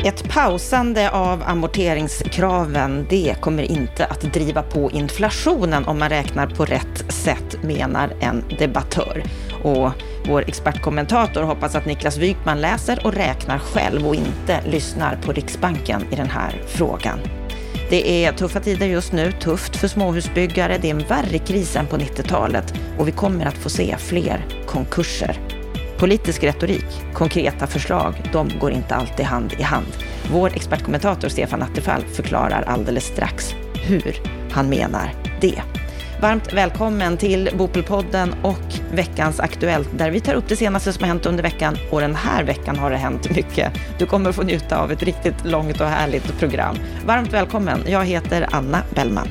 Ett pausande av amorteringskraven, det kommer inte att driva på inflationen om man räknar på rätt sätt, menar en debattör. Och vår expertkommentator hoppas att Niklas Wykman läser och räknar själv och inte lyssnar på Riksbanken i den här frågan. Det är tuffa tider just nu, tufft för småhusbyggare, det är en värre kris än på 90-talet och vi kommer att få se fler konkurser. Politisk retorik, konkreta förslag, de går inte alltid hand i hand. Vår expertkommentator Stefan Attefall förklarar alldeles strax hur han menar det. Varmt välkommen till Bopelpodden och veckans Aktuellt där vi tar upp det senaste som har hänt under veckan, och den här veckan har det hänt mycket. Du kommer att få njuta av ett riktigt långt och härligt program. Varmt välkommen, jag heter Anna Bellman.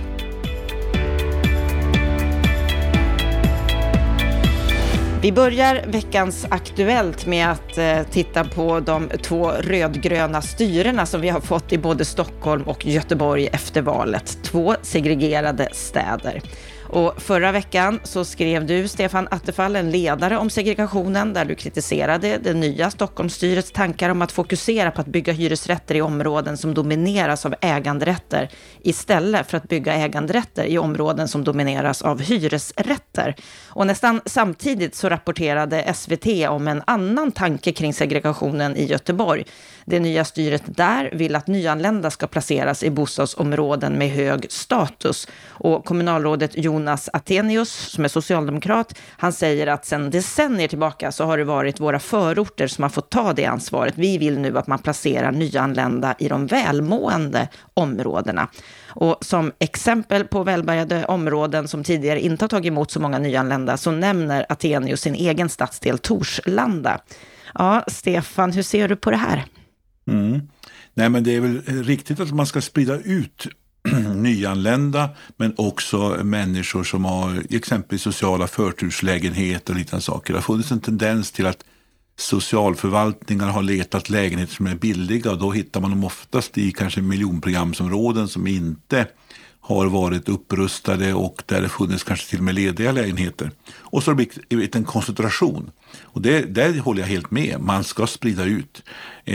Vi börjar veckans Aktuellt med att titta på de 2 rödgröna styrena som vi har fått i både Stockholm och Göteborg efter valet. 2 segregerade städer. Och förra veckan så skrev du, Stefan Attefall, en ledare om segregationen där du kritiserade det nya Stockholmsstyrets tankar om att fokusera på att bygga hyresrätter i områden som domineras av äganderätter istället för att bygga äganderätter i områden som domineras av hyresrätter. Och nästan samtidigt så rapporterade SVT om en annan tanke kring segregationen i Göteborg. Det nya styret där vill att nyanlända ska placeras i bostadsområden med hög status. Och kommunalrådet Jonas Attenius, som är socialdemokrat, han säger att sedan decennier tillbaka så har det varit våra förorter som har fått ta det ansvaret. Vi vill nu att man placerar nyanlända i de välmående områdena. Och som exempel på välbärgade områden som tidigare inte har tagit emot så många nyanlända så nämner Attenius sin egen stadsdel Torslanda. Ja, Stefan, hur ser du på det här? Nej, men det är väl riktigt att man ska sprida ut nyanlända, men också människor som har exempelvis sociala förturslägenheter och liknande saker. Det har funnits en tendens till att socialförvaltningar har letat lägenheter som är billiga, och då hittar man dem oftast i kanske miljonprogramsområden som inte har varit upprustade och där det funnits kanske till och med lediga lägenheter. Och så har det blivit en koncentration. Och där håller jag helt med. Man ska sprida ut.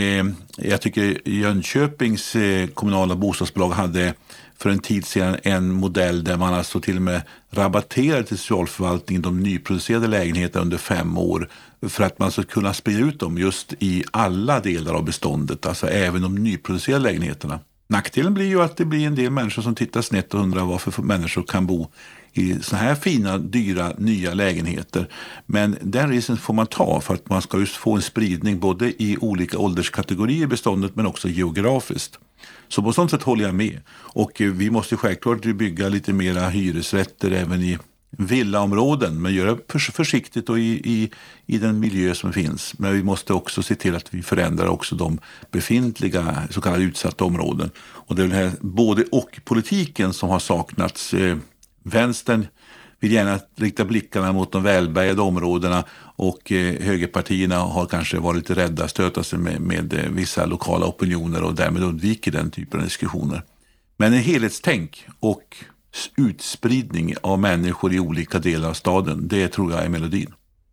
Jag tycker Jönköpings kommunala bostadsbolag hade för en tid sedan en modell där man alltså till och med rabatterade till socialförvaltningen de nyproducerade lägenheterna under 5 år för att man ska kunna sprida ut dem just i alla delar av beståndet, alltså även de nyproducerade lägenheterna. Nackdelen blir ju att det blir en del människor som tittar snett och undrar varför människor kan bo i såna här fina, dyra, nya lägenheter. Men den risken får man ta för att man ska just få en spridning både i olika ålderskategorier i beståndet men också geografiskt. Så på sånt sätt håller jag med. Och vi måste självklart bygga lite mera hyresrätter även i villaområden, men göra försiktigt och i den miljö som finns. Men vi måste också se till att vi förändrar också de befintliga så kallade utsatta områden. Och det är den här både och politiken som har saknats. Vänstern vill gärna rikta blickarna mot de välbärgade områdena, och högerpartierna har kanske varit lite rädda att stöta sig med vissa lokala opinioner och därmed undviker den typen av diskussioner. Men en helhetstänk och utspridning av människor i olika delar av staden, det tror jag är melodin.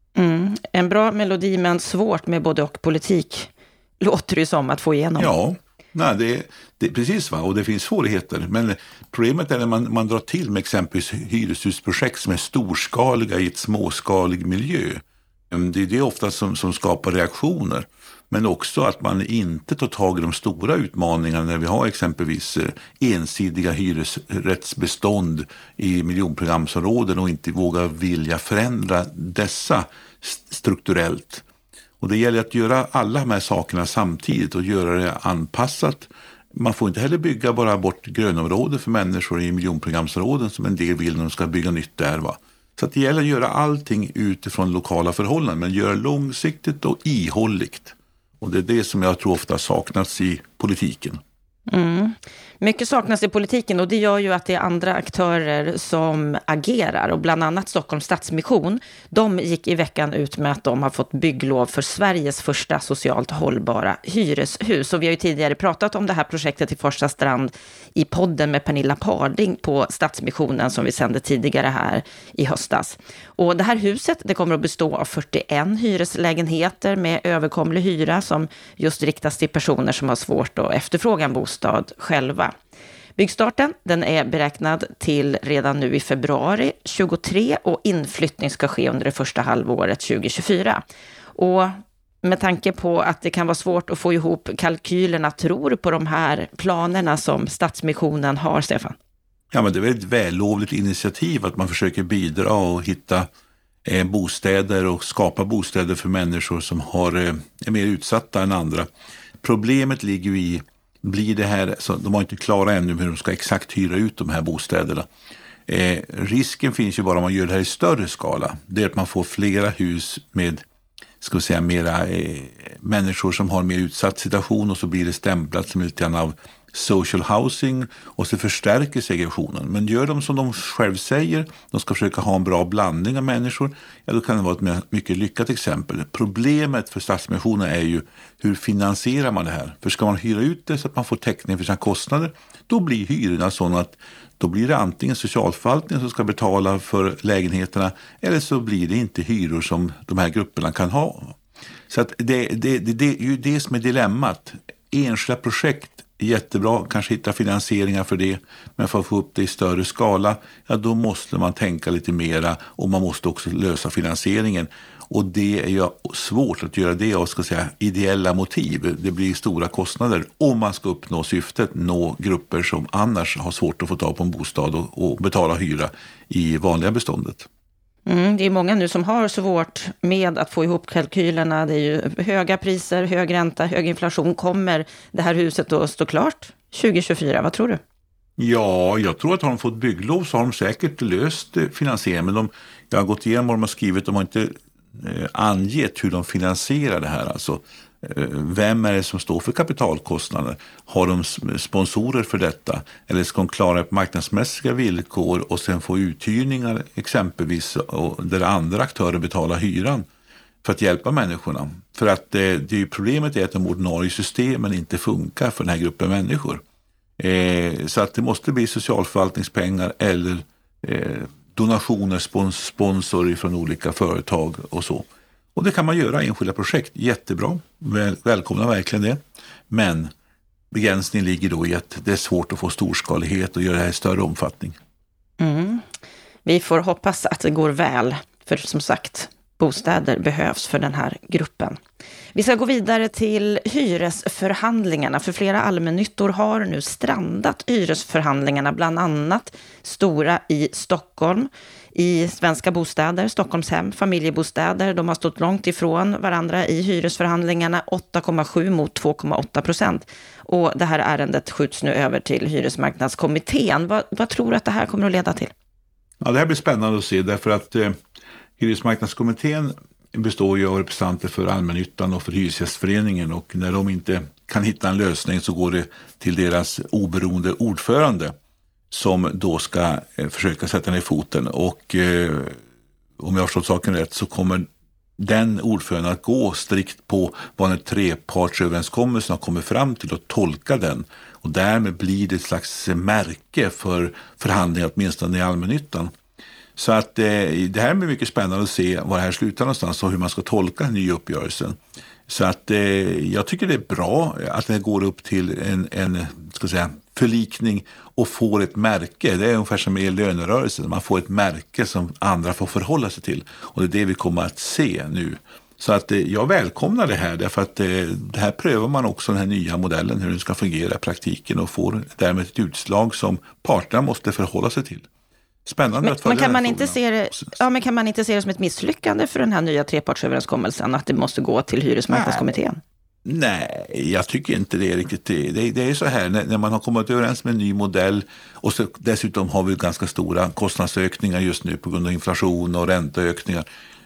En bra melodi, men svårt med både och politik, låter det som att få igenom. Ja, nej, det är precis, va? Och det finns svårigheter. Men problemet är när man drar till med exempelvis hyreshusprojekt som är storskaliga i ett småskalig miljö. Det är ofta som skapar reaktioner. Men också att man inte tar tag i de stora utmaningarna när vi har exempelvis ensidiga hyresrättsbestånd i miljonprogramsområden och inte vågar vilja förändra dessa strukturellt. Och det gäller att göra alla de här sakerna samtidigt och göra det anpassat. Man får inte heller bygga bara bort grönområden för människor i miljonprogramsområden som en del vill när de ska bygga nytt där, va? Så att det gäller att göra allting utifrån lokala förhållanden, men göra långsiktigt och ihålligt. Och det är det som jag tror ofta saknats i politiken. Mycket saknas i politiken och det gör ju att det är andra aktörer som agerar och bland annat Stockholms Stadsmission. De gick i veckan ut med att de har fått bygglov för Sveriges första socialt hållbara hyreshus. Och vi har ju tidigare pratat om det här projektet i Forsa strand i podden med Pernilla Parding på Stadsmissionen som vi sände tidigare här i höstas. Och det här huset det kommer att bestå av 41 hyreslägenheter med överkomlig hyra som just riktas till personer som har svårt att efterfråga en bostad själva. Byggstarten den är beräknad till redan nu i februari 2023 och inflyttning ska ske under det första halvåret 2024. Och med tanke på att det kan vara svårt att få ihop kalkylerna, tror på de här planerna som Stadsmissionen har, Stefan? Ja, men det är väl ett vällovligt initiativ att man försöker bidra och hitta bostäder och skapa bostäder för människor som är mer utsatta än andra. Problemet ligger ju i, blir det här, så de har inte klara ännu hur de ska exakt hyra ut de här bostäderna. Risken finns ju bara om man gör det här i större skala. Det är att man får flera hus med mera människor som har en mer utsatt situation och så blir det stämplat som lite grann av social housing och så förstärker segregationen. Men gör de som de själv säger, de ska försöka ha en bra blandning av människor, ja då kan det vara ett mycket lyckat exempel. Problemet för Stadsmissionen är ju hur finansierar man det här? För ska man hyra ut det så att man får täckning för sina kostnader, då blir hyrorna sådana att då blir det antingen socialförvaltningen som ska betala för lägenheterna eller så blir det inte hyror som de här grupperna kan ha. Så att det är ju det som är dilemmat. Enskilda projekt är jättebra, kanske hitta finansieringar för det, men för att få upp det i större skala, ja då måste man tänka lite mera och man måste också lösa finansieringen. Och det är ju svårt att göra det av ideella motiv. Det blir stora kostnader om man ska uppnå syftet, nå grupper som annars har svårt att få tag på en bostad och betala hyra i vanliga beståndet. Det är många nu som har svårt med att få ihop kalkylerna. Det är ju höga priser, hög ränta, hög inflation. Kommer det här huset att stå klart 2024? Vad tror du? Ja, jag tror att har de fått bygglov så har de säkert löst finansieringen. Men jag har gått igenom vad de har skrivit. De har inte angett hur de finansierar det här. Alltså, vem är det som står för kapitalkostnader? Har de sponsorer för detta? Eller ska de klara på marknadsmässiga villkor och sen få uthyrningar exempelvis där andra aktörer betalar hyran för att hjälpa människorna? För att det är ju problemet är att de ordinarie systemen inte funkar för den här gruppen människor. Så att det måste bli socialförvaltningspengar eller donationer, sponsor från olika företag och så. Och det kan man göra i enskilda projekt. Jättebra. Välkomna verkligen det. Men begränsningen ligger då i att det är svårt att få storskalighet och göra det här i större omfattning. Vi får hoppas att det går väl. För som sagt, bostäder behövs för den här gruppen. Vi ska gå vidare till hyresförhandlingarna. För flera allmännyttor har nu strandat hyresförhandlingarna. Bland annat stora i Stockholm. I Svenska Bostäder, Stockholmshem, familjebostäder. De har stått långt ifrån varandra i hyresförhandlingarna. 8,7 mot 2,8%. Och det här ärendet skjuts nu över till Hyresmarknadskommittén. Vad tror du att det här kommer att leda till? Ja, det här blir spännande att se därför att Hyresmarknadskommittén består ju av representanter för allmännyttan och för Hyresgästföreningen och när de inte kan hitta en lösning så går det till deras oberoende ordförande som då ska försöka sätta ner foten och om jag har förstått saken rätt så kommer den ordföranden att gå strikt på vad en trepartsöverenskommelse har kommit fram till och tolka den och därmed blir det ett slags märke för förhandlingar åtminstone i allmännyttan. Så att det här blir mycket spännande att se var det här slutar någonstans och hur man ska tolka den nya uppgörelsen. Så att jag tycker det är bra att det går upp till en förlikning och får ett märke. Det är ungefär som i lönerörelsen. Man får ett märke som andra får förhålla sig till. Och det är det vi kommer att se nu. Så att jag välkomnar det här därför att det här prövar man också den här nya modellen hur den ska fungera i praktiken och får därmed ett utslag som parterna måste förhålla sig till. Spännande att följa. Men kan man inte se det som ett misslyckande för den här nya trepartsöverenskommelsen att det måste gå till Hyresmarknadskommittén? Nej, jag tycker inte det är riktigt det är så här, när man har kommit överens med en ny modell och så dessutom har vi ganska stora kostnadsökningar just nu på grund av inflation och ränteökningar.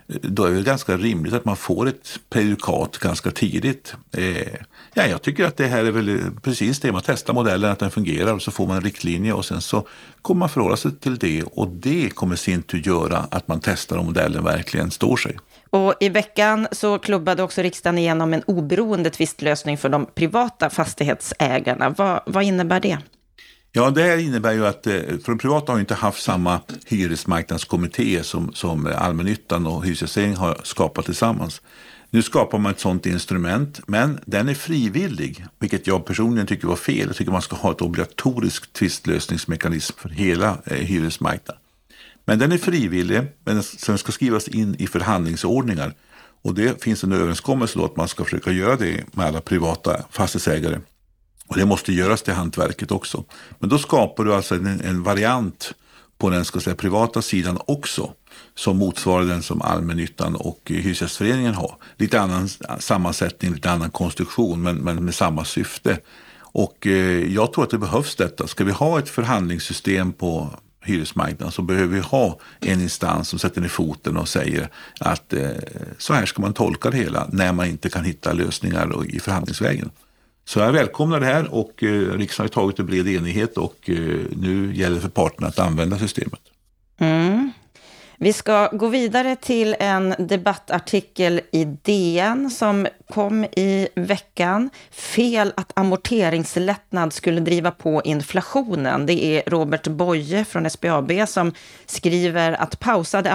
då är det ganska rimligt att man får ett prejudikat ganska tidigt. Jag tycker att det här är väl precis det, man testar modellen, att den fungerar och så får man en riktlinje och sen så kommer man förhålla sig till det, och det kommer sin tur göra att man testar om modellen verkligen står sig. Och i veckan så klubbade också riksdagen igenom en oberoende tvistlösning för de privata fastighetsägarna. Vad innebär det? Ja, det innebär ju att för de privata har ju inte haft samma hyresmarknadskommitté som allmännyttan och Hyresgästföreningen har skapat tillsammans. Nu skapar man ett sådant instrument, men den är frivillig, vilket jag personligen tycker var fel. Jag tycker man ska ha ett obligatoriskt tvistlösningsmekanism för hela hyresmarknaden. Men den är frivillig, men sen ska skrivas in i förhandlingsordningar. Och det finns en överenskommelse då att man ska försöka göra det med alla privata fastighetsägare. Och det måste göras till hantverket också. Men då skapar du alltså en variant på den privata sidan också, som motsvarar den som allmännyttan och Hyresgästföreningen har. Lite annan sammansättning, lite annan konstruktion, men med samma syfte. Och jag tror att det behövs detta. Ska vi ha ett förhandlingssystem på hyresmarknaden så behöver vi ha en instans som sätter ner foten och säger att så här ska man tolka det hela när man inte kan hitta lösningar i förhandlingsvägen. Så jag välkomnar det här, och riksdagen har tagit en bred enighet, och nu gäller det för parterna att använda systemet. Vi ska gå vidare till en debattartikel i DN som kom i veckan. Fel att amorteringslättnad skulle driva på inflationen. Det är Robert Boye från SBAB som skriver att pausade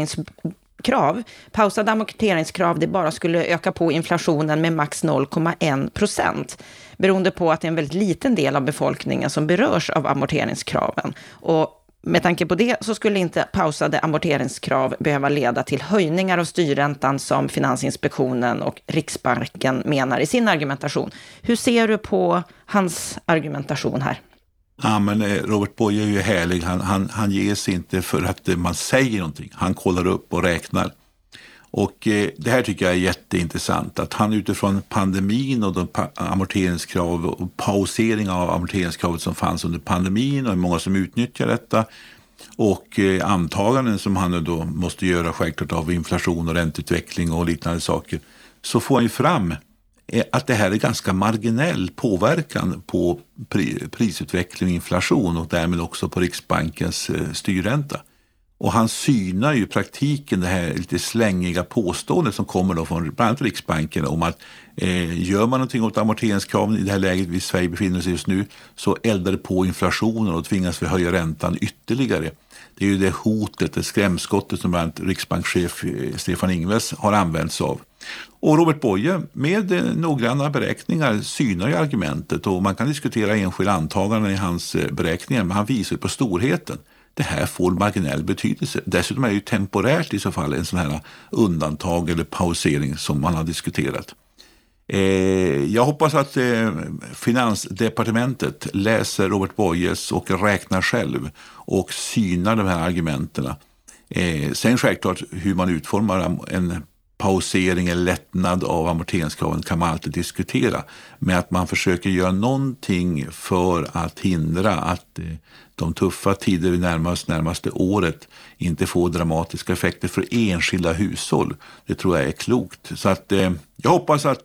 amorteringskrav det bara skulle öka på inflationen med max 0,1%, beroende på att det är en väldigt liten del av befolkningen som berörs av amorteringskraven. Och med tanke på det så skulle inte pausade amorteringskrav behöva leda till höjningar av styrräntan som Finansinspektionen och Riksbanken menar i sin argumentation. Hur ser du på hans argumentation här? Ja, men Robert Boye är ju härlig. Han ger sig inte för att man säger någonting. Han kollar upp och räknar. Och det här tycker jag är jätteintressant. Att han utifrån pandemin och de amorteringskrav och pausering av amorteringskravet som fanns under pandemin, och många som utnyttjar detta, och antaganden som han då måste göra självklart av inflation och ränteutveckling och liknande saker, så får han ju fram att det här är ganska marginell påverkan på prisutveckling och inflation, och därmed också på Riksbankens styrränta. Och han synar ju praktiken det här lite slängiga påståendet som kommer då från bland annat Riksbanken om att gör man någonting åt amorteringskraven i det här läget vi i Sverige befinner sig just nu, så eldar det på inflationen och tvingas vi höja räntan ytterligare. Det är ju det hotet, det skrämskottet som bland annat Riksbankschef Stefan Ingves har använts av. Och Robert Boye med noggranna beräkningar synar ju argumentet, och man kan diskutera enskilda antaganden i hans beräkningar, men han visar på storheten. Det här får marginell betydelse. Dessutom är det ju temporärt i så fall en sån här undantag eller pausering som man har diskuterat. Jag hoppas att Finansdepartementet läser Robert Boyes och räknar själv och synar de här argumenterna. Sen självklart hur man utformar en pausering eller lättnad av amorteringskraven kan man alltid diskutera, med att man försöker göra någonting för att hindra att de tuffa tider vi närmaste året inte får dramatiska effekter för enskilda hushåll. Det tror jag är klokt. Så att jag hoppas att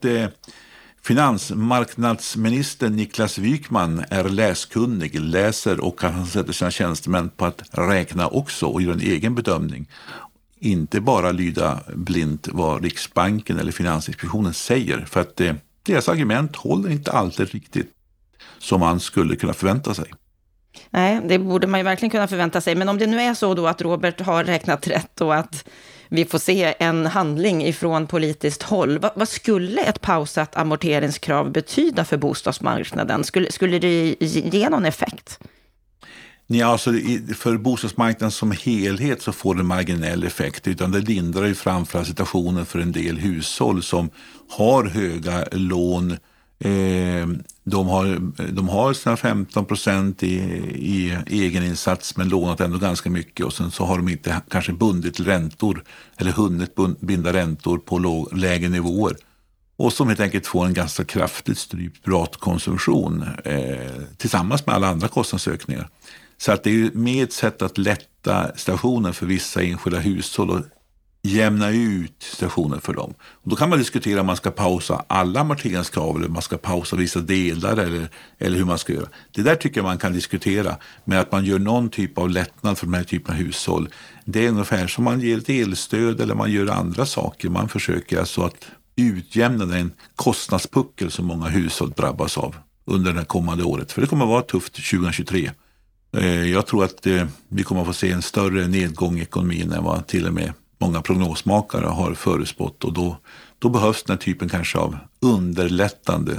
finansmarknadsministern Niklas Wykman är läskunnig, läser och kan sätta sina tjänstemän på att räkna också och göra en egen bedömning. Inte bara lyda blint vad Riksbanken eller Finansinspektionen säger, för att deras argument håller inte alltid riktigt som man skulle kunna förvänta sig. Nej, det borde man ju verkligen kunna förvänta sig. Men om det nu är så då att Robert har räknat rätt och att vi får se en handling ifrån politiskt håll, vad skulle ett pausat amorteringskrav betyda för bostadsmarknaden? Skulle det ge någon effekt? Ja, alltså för bostadsmarknaden som helhet så får det marginell effekt, utan det lindrar ju framförallt situationen för en del hushåll som har höga lån. De har sina 15% i egeninsats men lånat ändå ganska mycket, och sen så har de inte kanske bundit räntor eller hunnit binda räntor på lägre nivåer, och som helt enkelt får en ganska kraftigt strypt privatkonsumtion tillsammans med alla andra kostnadsökningar. Så att det är ju med ett sätt att lätta situationen för vissa enskilda hushåll och jämna ut situationen för dem. Och då kan man diskutera om man ska pausa alla amorteringskrav eller man ska pausa vissa delar eller hur man ska göra. Det där tycker jag man kan diskutera, med att man gör någon typ av lättnad för de här typen av hushåll. Det är ungefär som man ger ett elstöd eller man gör andra saker. Man försöker alltså att utjämna den kostnadspuckel som många hushåll drabbas av under det här kommande året. För det kommer att vara tufft 2023. Jag tror att vi kommer att få se en större nedgång i ekonomin än vad till och med många prognosmakare har förutspått, och då behövs den här typen kanske av underlättande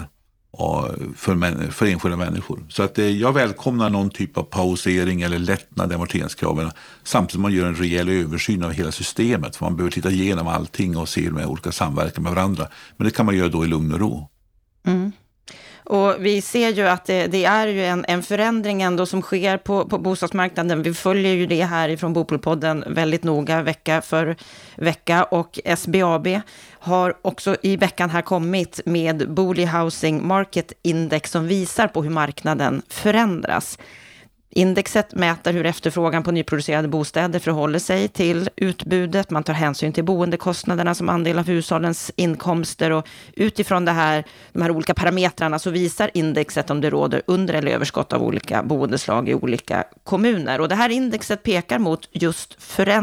för enskilda människor. Så att jag välkomnar någon typ av pausering eller lättnad i amorteringskraven, samtidigt som man gör en rejäl översyn av hela systemet, för man behöver titta igenom allting och se hur de olika samverkar med varandra. Men det kan man göra då i lugn och ro. Mm. Och vi ser ju att det är ju en förändring ändå som sker på bostadsmarknaden. Vi följer ju det här ifrån Bopolpodden väldigt noga vecka för vecka, och SBAB har också i veckan här kommit med Booli Housing Market Index som visar på hur marknaden förändras. Indexet mäter hur efterfrågan på nyproducerade bostäder förhåller sig till utbudet. Man tar hänsyn till boendekostnaderna som andel av hushållens inkomster, och utifrån de här olika parametrarna så visar indexet om det råder under- eller överskott av olika boendeslag i olika kommuner. Och det här indexet pekar mot just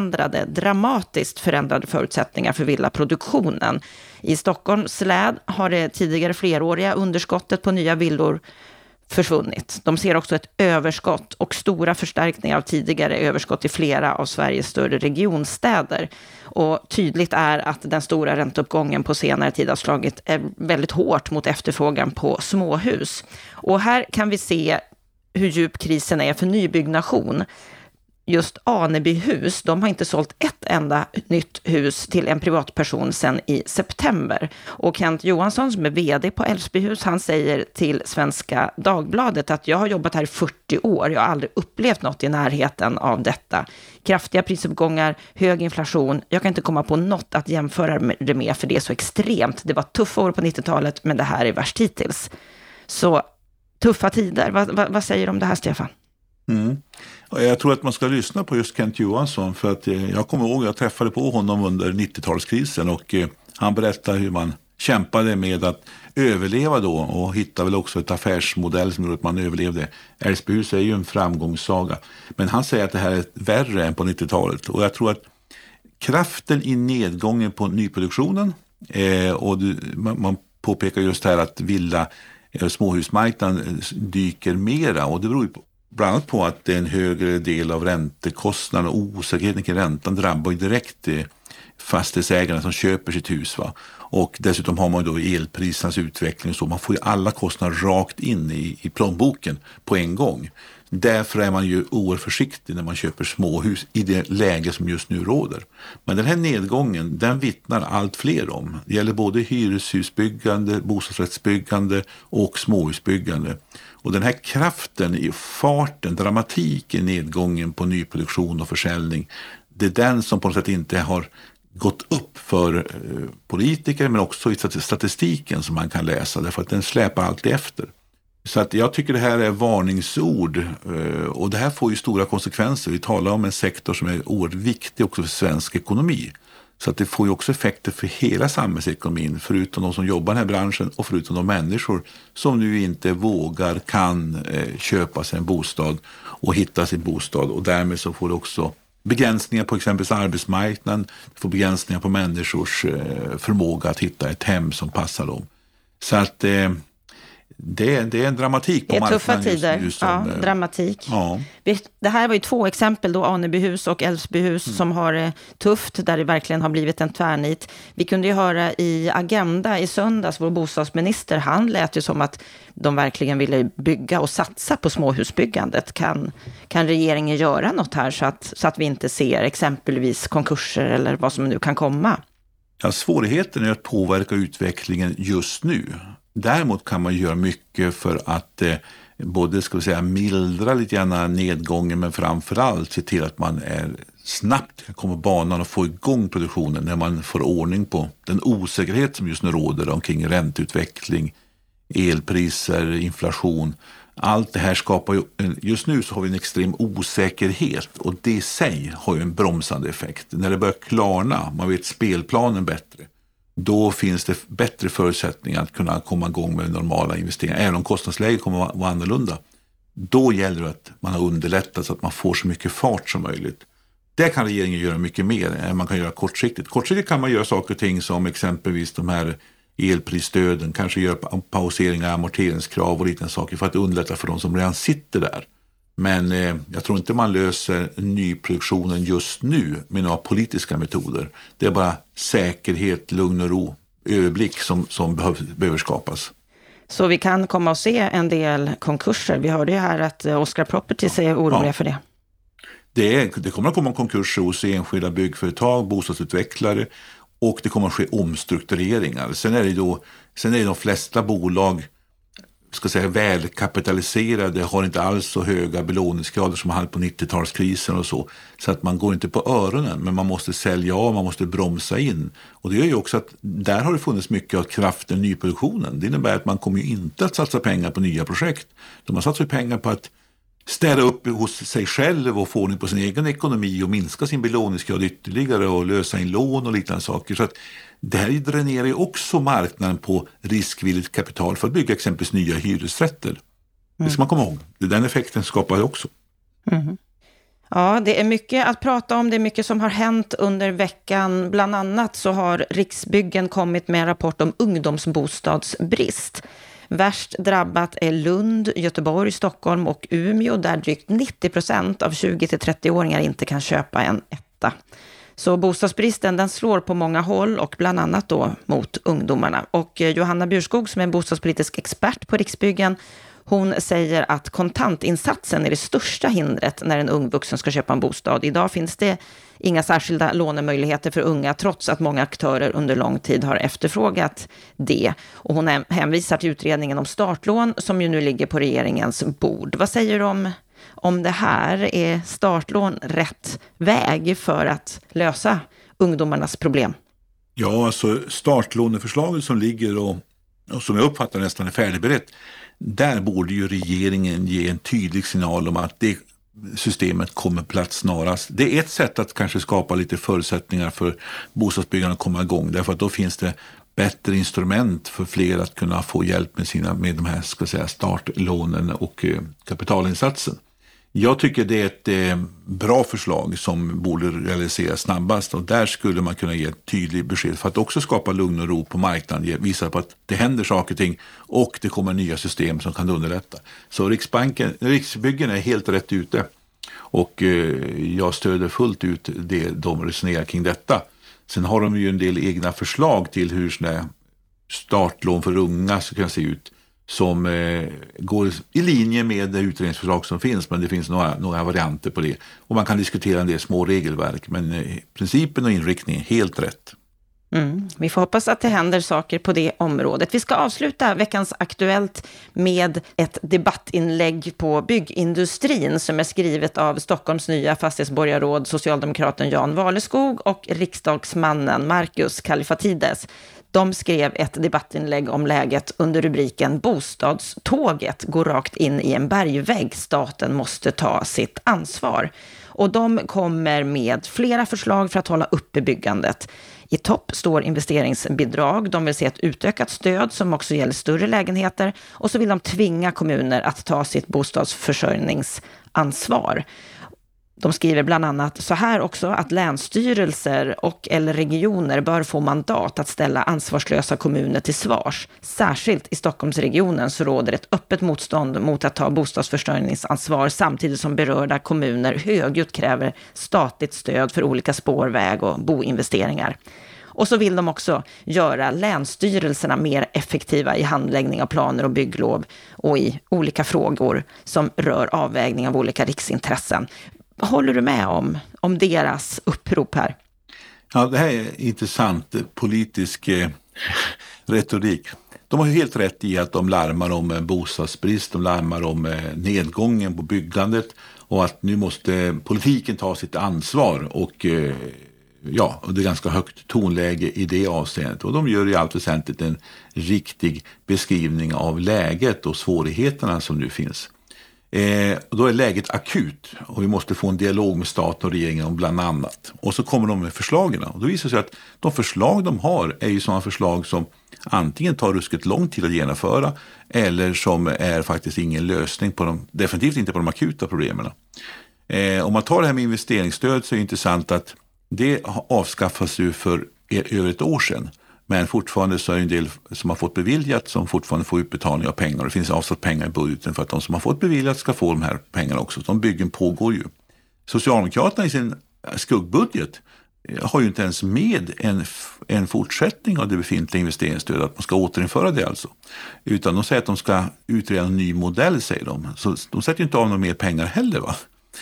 dramatiskt förändrade förutsättningar för villaproduktionen. I Stockholms län har det tidigare fleråriga underskottet på nya villor försvunnit. De ser också ett överskott och stora förstärkningar av tidigare överskott i flera av Sveriges större regionstäder. Och tydligt är att den stora ränteuppgången på senare tid har slagit väldigt hårt mot efterfrågan på småhus. Och här kan vi se hur djup krisen är för nybyggnation. Just Anebyhus, de har inte sålt ett enda nytt hus till en privatperson sedan i september. Och Kent Johansson som är vd på Älvsbyhus, han säger till Svenska Dagbladet att jag har jobbat här i 40 år, jag har aldrig upplevt något i närheten av detta. Kraftiga prisuppgångar, hög inflation, jag kan inte komma på något att jämföra det med, för det är så extremt. Det var tuffa år på 90-talet, men det här är värst hittills. Så tuffa tider, vad säger du om det här, Stefan? Mm. Jag tror att man ska lyssna på just Kent Johansson, för att jag kommer ihåg, jag träffade på honom under 90-talskrisen och han berättade hur man kämpade med att överleva då, och hittade väl också ett affärsmodell som gjorde att man överlevde. Älvsbyhus är ju en framgångssaga, men han säger att det här är värre än på 90-talet, och jag tror att kraften i nedgången på nyproduktionen och man påpekar just här att småhusmarknaden dyker mera, och det beror ju bland annat på att det är en högre del av räntekostnaden och osäkerheten kring räntan drabbar ju direkt fastighetsägarna som köper sitt hus. Va? Och dessutom har man då elprisernas utveckling, så man får ju alla kostnader rakt in i plånboken på en gång. Därför är man ju oerhört försiktig när man köper småhus i det läge som just nu råder. Men den här nedgången, den vittnar allt fler om. Det gäller både hyreshusbyggande, bostadsrättsbyggande och småhusbyggande. Och den här kraften i farten, dramatiken i nedgången på nyproduktion och försäljning, det är den som på något sätt inte har gått upp för politiker, men också i statistiken som man kan läsa, därför att den släpar alltid efter. Så att jag tycker det här är varningsord, och det här får ju stora konsekvenser. Vi talar om en sektor som är oerhört viktig också för svensk ekonomi. Så att det får ju också effekter för hela samhällsekonomin, förutom de som jobbar i den här branschen och förutom de människor som nu inte vågar, kan köpa sig en bostad och hitta sin bostad. Och därmed så får det också begränsningar på exempelvis arbetsmarknaden, det får begränsningar på människors förmåga att hitta ett hem som passar dem. Så att det är en dramatik på marknaden. Det är tuffa tider, dramatik. Ja. Det här var ju 2 exempel då, Anebyhus och Älvsbyhus, som har det tufft, där det verkligen har blivit en tvärnit. Vi kunde ju höra i Agenda i söndags, vår bostadsminister, han lät ju som att de verkligen ville bygga och satsa på småhusbyggandet. Kan regeringen göra något här så att vi inte ser exempelvis konkurser eller vad som nu kan komma? Ja, svårigheten är att påverka utvecklingen just nu. Däremot kan man göra mycket för att både mildra lite grann nedgången, men framförallt se till att man snabbt kan komma banan och få igång produktionen när man får ordning på den osäkerhet som just nu råder omkring ränteutveckling, elpriser, inflation. allt det här skapar ju, just nu så har vi en extrem osäkerhet och det i sig har ju en bromsande effekt. När det börjar klarna, man vet spelplanen bättre, då finns det bättre förutsättningar att kunna komma igång med normala investeringar, även om kostnadsläget kommer att vara annorlunda. Då gäller det att man har underlättat så att man får så mycket fart som möjligt. Där kan regeringen göra mycket mer än man kan göra kortsiktigt. Kortsiktigt kan man göra saker och ting som exempelvis de här elprisstöden, kanske göra pauseringar, amorteringskrav och liknande saker för att underlätta för de som redan sitter där. Men jag tror inte man löser nyproduktionen just nu med några politiska metoder. Det är bara säkerhet, lugn och ro, överblick som behöver skapas. Så vi kan komma att se en del konkurser. Vi hörde ju här att Oscar Properties är oroliga för det. Det kommer att komma konkurser hos enskilda byggföretag, bostadsutvecklare och det kommer att ske omstruktureringar. Sen är de flesta bolag välkapitaliserade, har inte alls så höga belåningsgrader som man hade på 90-talskrisen och så. Så att man går inte på öronen, men man måste sälja av, man måste bromsa in. Och det gör ju också att där har det funnits mycket av kraften i nyproduktionen. Det innebär att man kommer ju inte att satsa pengar på nya projekt. Man satsar pengar på att städa upp hos sig själv och få ordning på sin egen ekonomi och minska sin belåningsgrad ytterligare och lösa in lån och liknande saker. Så att det här dränerar ju också marknaden på riskvilligt kapital för att bygga exempelvis nya hyresrätter. Det ska man komma ihåg. Den effekten skapar det också. Mm. Ja, det är mycket att prata om. Det är mycket som har hänt under veckan. Bland annat så har Riksbyggen kommit med en rapport om ungdomsbostadsbrist. Värst drabbat är Lund, Göteborg, Stockholm och Umeå där drygt 90% av 20-30-åringar inte kan köpa en etta. Så bostadsbristen den slår på många håll och bland annat då mot ungdomarna. Och Johanna Bjurskog som är en bostadspolitisk expert på Riksbyggen, hon säger att kontantinsatsen är det största hindret när en ung vuxen ska köpa en bostad. Idag finns det inga särskilda lånemöjligheter för unga trots att många aktörer under lång tid har efterfrågat det. Och hon hänvisar till utredningen om startlån som ju nu ligger på regeringens bord. Vad säger du om det här? Är startlån rätt väg för att lösa ungdomarnas problem? Ja, alltså startlåneförslaget som ligger och som jag uppfattar nästan är färdigberett, där borde ju regeringen ge en tydlig signal om att det systemet kommer plats snarast. Det är ett sätt att kanske skapa lite förutsättningar för bostadsbyggarna att komma igång, därför att då finns det bättre instrument för fler att kunna få hjälp med de här startlånen och kapitalinsatsen. Jag tycker det är ett bra förslag som borde realiseras snabbast och där skulle man kunna ge ett tydligt besked för att också skapa lugn och ro på marknaden, visa på att det händer saker och ting och det kommer nya system som kan underlätta. Så Riksbyggen är helt rätt ute och jag stöder fullt ut de resonerar kring detta. Sen har de ju en del egna förslag till hur sådana startlån för unga ska kunna se ut som går i linje med det utredningsförslag som finns, men det finns några varianter på det. Och man kan diskutera en del små regelverk, men principen och inriktningen är helt rätt. Vi får hoppas att det händer saker på det området. Vi ska avsluta veckans Aktuellt med ett debattinlägg på byggindustrin som är skrivet av Stockholms nya fastighetsborgarråd, socialdemokraten Jan Valeskog och riksdagsmannen Marcus Kallifatides. De skrev ett debattinlägg om läget under rubriken "Bostadståget går rakt in i en bergvägg. Staten måste ta sitt ansvar." Och de kommer med flera förslag för att hålla uppe byggandet. I topp står investeringsbidrag. De vill se ett utökat stöd som också gäller större lägenheter. Och så vill de tvinga kommuner att ta sitt bostadsförsörjningsansvar. De skriver bland annat så här också att länsstyrelser och eller regioner bör få mandat att ställa ansvarslösa kommuner till svars. Särskilt i Stockholmsregionen så råder ett öppet motstånd mot att ta bostadsförsörjningsansvar samtidigt som berörda kommuner högljutt kräver statligt stöd för olika spårväg och boinvesteringar. Och så vill de också göra länsstyrelserna mer effektiva i handläggning av planer och bygglov och i olika frågor som rör avvägning av olika riksintressen. Håller du med om deras upprop här? Ja, det här är intressant politisk retorik. De har ju helt rätt i att de larmar om bostadsbrist, de larmar om nedgången på byggandet och att nu måste politiken ta sitt ansvar och och det är ganska högt tonläge i det avseendet. Och de gör i allt väsentligt en riktig beskrivning av läget och svårigheterna som nu finns. Och då är läget akut och vi måste få en dialog med staten och regeringen om bland annat. Och så kommer de med förslagen. Och då visar det sig att de förslag de har är ju sådana förslag som antingen tar ruskigt lång tid att genomföra eller som är faktiskt ingen lösning på definitivt inte på de akuta problemen. Om man tar det här med investeringsstöd så är det intressant att det avskaffas ju för över ett år sedan. Men fortfarande så är det en del som har fått beviljat som fortfarande får utbetalning av pengar. Det finns avsatt pengar i budgeten för att de som har fått beviljat ska få de här pengarna också. De byggen pågår ju. Socialdemokraterna i sin skuggbudget har ju inte ens med en fortsättning av det befintliga investeringsstödet, att man ska återinföra det alltså. Utan de säger att de ska utreda en ny modell, säger de. Så de sätter ju inte av några mer pengar heller, va?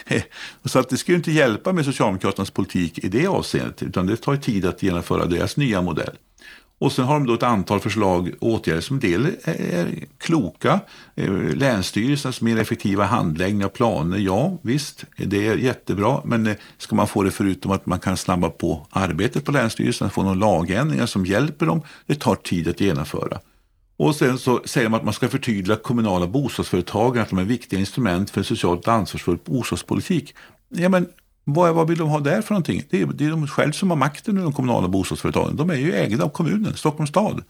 Så att det ska ju inte hjälpa med Socialdemokraternas politik i det avseendet, utan det tar tid att genomföra deras nya modell. Och sen har de då ett antal förslag och åtgärder som del är kloka. Länsstyrelsens mer effektiva handläggning av planer, ja visst, det är jättebra. Men ska man få det förutom att man kan snabba på arbetet på länsstyrelsen, få några lagändringar som hjälper dem, det tar tid att genomföra. Och sen så säger de att man ska förtydliga kommunala bostadsföretag, att de är viktiga instrument för socialt ansvarsfull bostadspolitik. Ja, men vad vill de ha där för någonting? Det är de själv som har makten i de kommunala bostadsföretagen. De är ju ägda av kommunen, Stockholms stad.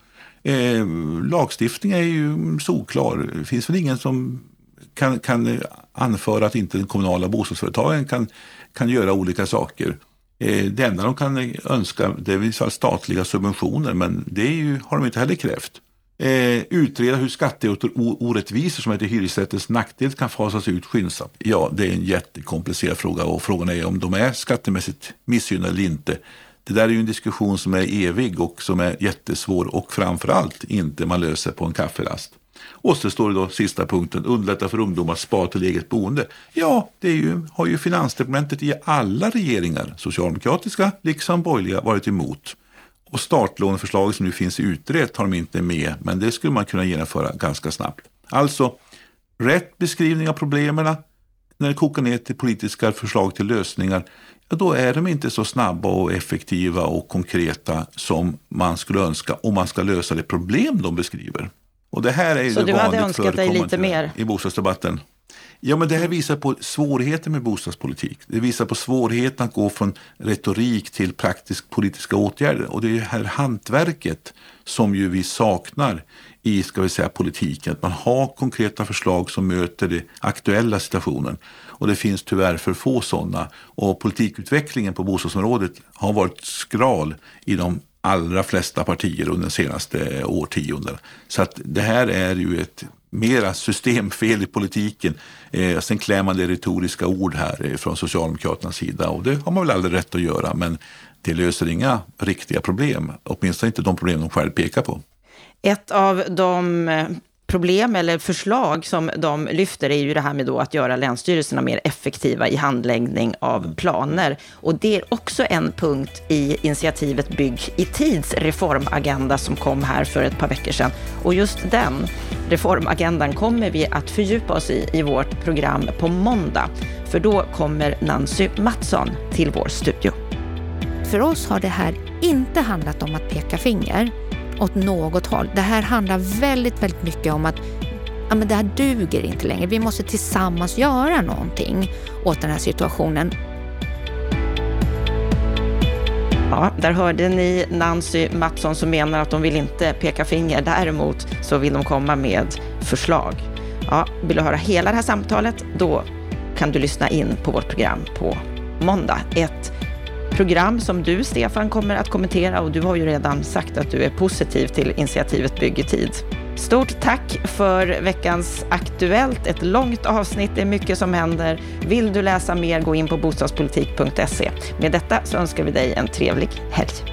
Lagstiftningen är ju solklar. Det finns väl ingen som kan anföra att inte den kommunala bostadsföretagen kan göra olika saker. Det enda de kan önska, det är vissa statliga subventioner, men det har de inte heller krävt. Utreda hur skatteorättvisor som är till hyresrättens nackdel kan fasas ut skyndsamt. Ja, det är en jättekomplicerad fråga och frågan är om de är skattemässigt missgynnade eller inte. Det där är ju en diskussion som är evig och som är jättesvår och framförallt inte man löser på en kafferast. Och så står det då sista punkten, underlätta för ungdomar att spara till eget boende. Ja, har ju Finansdepartementet i alla regeringar, socialdemokratiska liksom borgerliga, varit emot. Och startlåneförslaget som nu finns i uträtt har de inte med, men det skulle man kunna genomföra ganska snabbt. Alltså, rätt beskrivning av problemen när det kokar ner till politiska förslag till lösningar, ja, då är de inte så snabba och effektiva och konkreta som man skulle önska om man ska lösa det problem de beskriver. Och det här är ju så du hade önskat dig lite mer i bostadsdebatten. Ja, men det här visar på svårigheten med bostadspolitik. Det visar på svårigheten att gå från retorik till praktisk politiska åtgärder. Och det är ju här hantverket som ju vi saknar i, ska vi säga, politiken. Att man har konkreta förslag som möter den aktuella situationen. Och det finns tyvärr för få sådana. Och politikutvecklingen på bostadsområdet har varit skral i de allra flesta partier under de senaste årtionden. Så att det här är ju ett mera systemfel i politiken. Sen klär man det retoriska ord här från Socialdemokraternas sida och det har man väl aldrig rätt att göra, men det löser inga riktiga problem, åtminstone inte de problem de själv pekar på. Ett av de problem eller förslag som de lyfter är ju det här med då att göra länsstyrelserna mer effektiva i handläggning av planer. Och det är också en punkt i initiativet Bygg i tids reformagenda som kom här för ett par veckor sedan. Och just den reformagendan kommer vi att fördjupa oss i vårt program på måndag. För då kommer Nancy Mattsson till vår studio. För oss har det här inte handlat om att peka finger åt något håll. Det här handlar väldigt, väldigt mycket om att men det här duger inte längre. Vi måste tillsammans göra någonting åt den här situationen. Ja, där hörde ni Nancy Mattsson som menar att de vill inte peka finger. Däremot så vill de komma med förslag. Ja, vill du höra hela det här samtalet, då kan du lyssna in på vårt program på måndag. Ett program som du, Stefan, kommer att kommentera, och du har ju redan sagt att du är positiv till initiativet Bygg i tid. Stort tack för veckans Aktuellt. Ett långt avsnitt, det är mycket som händer. Vill du läsa mer, gå in på bostadspolitik.se. Med detta så önskar vi dig en trevlig helg.